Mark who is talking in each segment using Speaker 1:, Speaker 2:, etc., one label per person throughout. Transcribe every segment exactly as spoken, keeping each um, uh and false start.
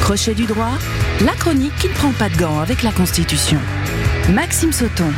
Speaker 1: Crochet du droit, la chronique qui ne prend pas de gants avec la Constitution. Maxime Sauton.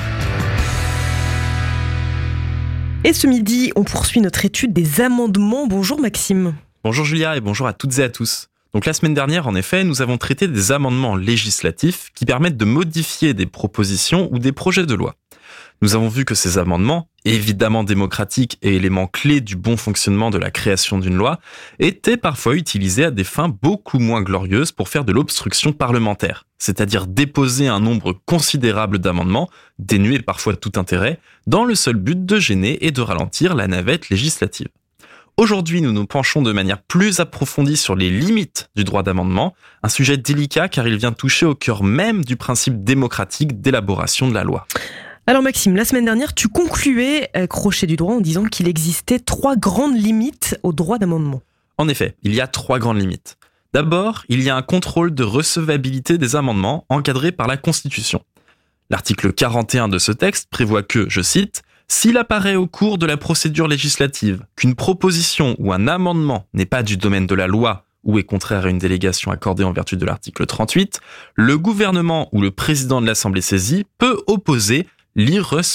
Speaker 2: Et ce midi, on poursuit notre étude des amendements. Bonjour Maxime.
Speaker 3: Bonjour Julia et bonjour à toutes et à tous. Donc la semaine dernière, en effet, nous avons traité des amendements législatifs qui permettent de modifier des propositions ou des projets de loi. Nous avons vu que ces amendements, évidemment démocratiques et éléments clés du bon fonctionnement de la création d'une loi, étaient parfois utilisés à des fins beaucoup moins glorieuses pour faire de l'obstruction parlementaire, c'est-à-dire déposer un nombre considérable d'amendements, dénués parfois de tout intérêt, dans le seul but de gêner et de ralentir la navette législative. Aujourd'hui, nous nous penchons de manière plus approfondie sur les limites du droit d'amendement, un sujet délicat car il vient toucher au cœur même du principe démocratique d'élaboration de la loi.
Speaker 2: Alors Maxime, la semaine dernière, tu concluais euh, Crochet du droit en disant qu'il existait trois grandes limites au droit d'amendement.
Speaker 3: En effet, il y a trois grandes limites. D'abord, il y a un contrôle de recevabilité des amendements encadré par la Constitution. L'article quarante et un de ce texte prévoit que, je cite, « S'il apparaît au cours de la procédure législative qu'une proposition ou un amendement n'est pas du domaine de la loi ou est contraire à une délégation accordée en vertu de l'article trente-huit, le gouvernement ou le président de l'Assemblée saisie peut opposer l'irrecevabilité. »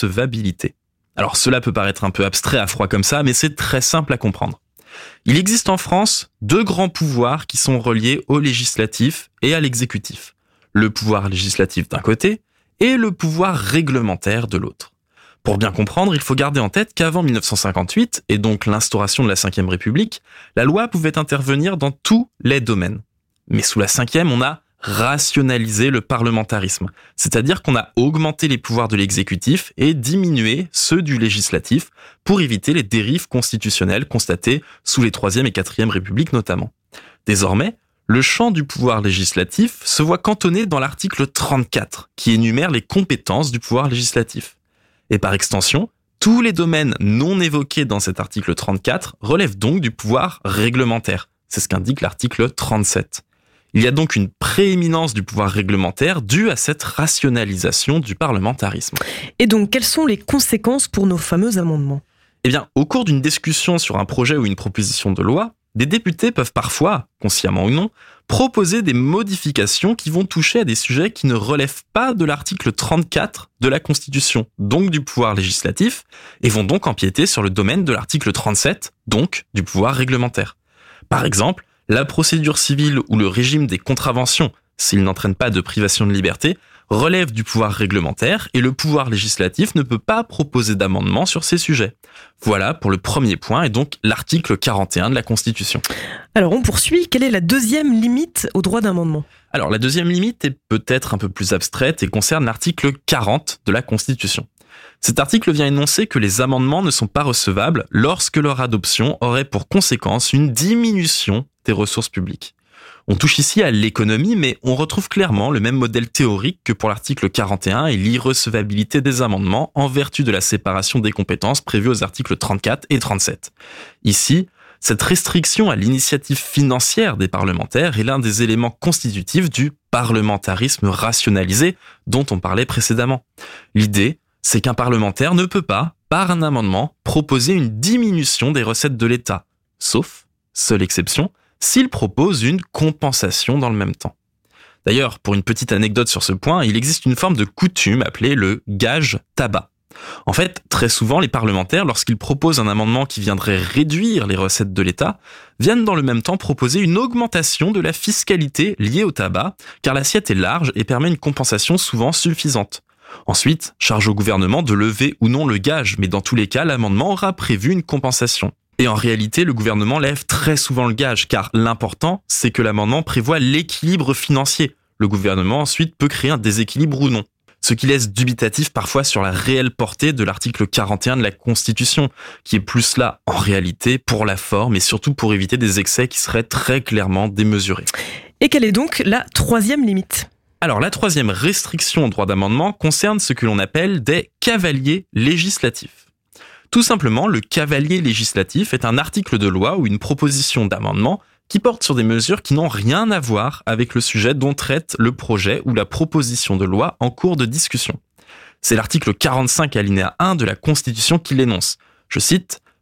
Speaker 3: Alors cela peut paraître un peu abstrait à froid comme ça, mais c'est très simple à comprendre. Il existe en France deux grands pouvoirs qui sont reliés au législatif et à l'exécutif. Le pouvoir législatif d'un côté et le pouvoir réglementaire de l'autre. Pour bien comprendre, il faut garder en tête qu'avant mille neuf cent cinquante-huit, et donc l'instauration de la cinquième République, la loi pouvait intervenir dans tous les domaines. Mais sous la cinquième, on a rationalisé le parlementarisme, c'est-à-dire qu'on a augmenté les pouvoirs de l'exécutif et diminué ceux du législatif pour éviter les dérives constitutionnelles constatées sous les troisième et quatrième Républiques notamment. Désormais, le champ du pouvoir législatif se voit cantonné dans l'article trente-quatre, qui énumère les compétences du pouvoir législatif. Et par extension, tous les domaines non évoqués dans cet article trente-quatre relèvent donc du pouvoir réglementaire. C'est ce qu'indique l'article trente-sept. Il y a donc une prééminence du pouvoir réglementaire due à cette rationalisation du parlementarisme.
Speaker 2: Et donc, quelles sont les conséquences pour nos fameux amendements ?
Speaker 3: Eh bien, au cours d'une discussion sur un projet ou une proposition de loi, des députés peuvent parfois, consciemment ou non, proposer des modifications qui vont toucher à des sujets qui ne relèvent pas de l'article trente-quatre de la Constitution, donc du pouvoir législatif, et vont donc empiéter sur le domaine de l'article trente-sept, donc du pouvoir réglementaire. Par exemple, la procédure civile ou le régime des contraventions, s'il n'entraîne pas de privation de liberté, relève du pouvoir réglementaire et le pouvoir législatif ne peut pas proposer d'amendement sur ces sujets. Voilà pour le premier point et donc l'article quarante et un de la Constitution.
Speaker 2: Alors on poursuit, quelle est la deuxième limite au droit d'amendement ?
Speaker 3: Alors la deuxième limite est peut-être un peu plus abstraite et concerne l'article quarante de la Constitution. Cet article vient énoncer que les amendements ne sont pas recevables lorsque leur adoption aurait pour conséquence une diminution des ressources publiques. On touche ici à l'économie, mais on retrouve clairement le même modèle théorique que pour l'article quarante et un et l'irrecevabilité des amendements en vertu de la séparation des compétences prévues aux articles trente-quatre et trente-sept. Ici, cette restriction à l'initiative financière des parlementaires est l'un des éléments constitutifs du parlementarisme rationalisé dont on parlait précédemment. L'idée, c'est qu'un parlementaire ne peut pas, par un amendement, proposer une diminution des recettes de l'État, sauf, seule exception, s'il propose une compensation dans le même temps. D'ailleurs, pour une petite anecdote sur ce point, il existe une forme de coutume appelée le gage tabac. En fait, très souvent, les parlementaires, lorsqu'ils proposent un amendement qui viendrait réduire les recettes de l'État, viennent dans le même temps proposer une augmentation de la fiscalité liée au tabac, car l'assiette est large et permet une compensation souvent suffisante. Ensuite, charge au gouvernement de lever ou non le gage, mais dans tous les cas, l'amendement aura prévu une compensation. Et en réalité, le gouvernement lève très souvent le gage, car l'important, c'est que l'amendement prévoit l'équilibre financier. Le gouvernement ensuite peut créer un déséquilibre ou non. Ce qui laisse dubitatif parfois sur la réelle portée de l'article quarante et un de la Constitution, qui est plus là, en réalité, pour la forme et surtout pour éviter des excès qui seraient très clairement démesurés.
Speaker 2: Et quelle est donc la troisième limite ?
Speaker 3: Alors, la troisième restriction au droit d'amendement concerne ce que l'on appelle des cavaliers législatifs. Tout simplement, le cavalier législatif est un article de loi ou une proposition d'amendement qui porte sur des mesures qui n'ont rien à voir avec le sujet dont traite le projet ou la proposition de loi en cours de discussion. C'est l'article quarante-cinq alinéa un de la Constitution qui l'énonce. Je cite,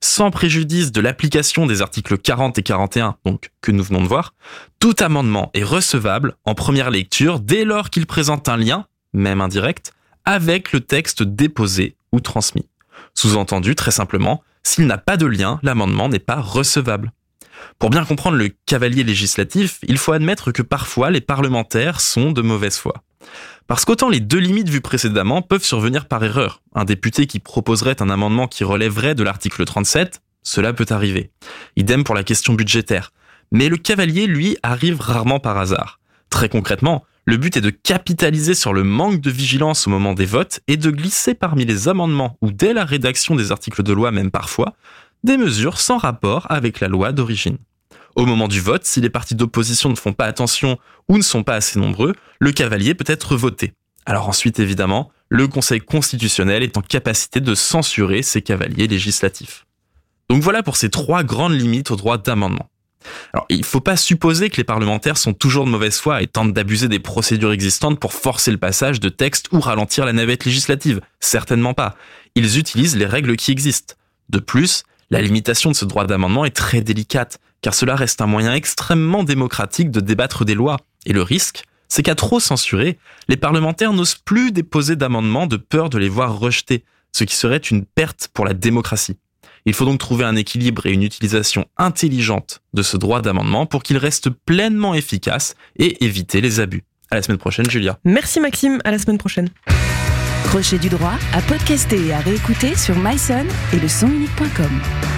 Speaker 3: sans préjudice de l'application des articles quarante et quarante et un, donc que nous venons de voir, tout amendement est recevable en première lecture dès lors qu'il présente un lien, même indirect, avec le texte déposé ou transmis. Sous-entendu, très simplement, s'il n'a pas de lien, l'amendement n'est pas recevable. Pour bien comprendre le cavalier législatif, il faut admettre que parfois les parlementaires sont de mauvaise foi. Parce qu'autant les deux limites vues précédemment peuvent survenir par erreur. Un député qui proposerait un amendement qui relèverait de l'article trente-sept, cela peut arriver. Idem pour la question budgétaire. Mais le cavalier, lui, arrive rarement par hasard. Très concrètement, le but est de capitaliser sur le manque de vigilance au moment des votes et de glisser parmi les amendements ou dès la rédaction des articles de loi même parfois, des mesures sans rapport avec la loi d'origine. Au moment du vote, si les partis d'opposition ne font pas attention ou ne sont pas assez nombreux, le cavalier peut être voté. Alors ensuite, évidemment, le Conseil constitutionnel est en capacité de censurer ces cavaliers législatifs. Donc voilà pour ces trois grandes limites au droit d'amendement. Alors, il ne faut pas supposer que les parlementaires sont toujours de mauvaise foi et tentent d'abuser des procédures existantes pour forcer le passage de textes ou ralentir la navette législative. Certainement pas. Ils utilisent les règles qui existent. De plus, la limitation de ce droit d'amendement est très délicate, car cela reste un moyen extrêmement démocratique de débattre des lois. Et le risque, c'est qu'à trop censurer, les parlementaires n'osent plus déposer d'amendements de peur de les voir rejetés, ce qui serait une perte pour la démocratie. Il faut donc trouver un équilibre et une utilisation intelligente de ce droit d'amendement pour qu'il reste pleinement efficace et éviter les abus. À la semaine prochaine, Julia.
Speaker 2: Merci Maxime, à la semaine prochaine.
Speaker 1: Crochet du droit à podcaster et à réécouter sur myson et le son unique point com.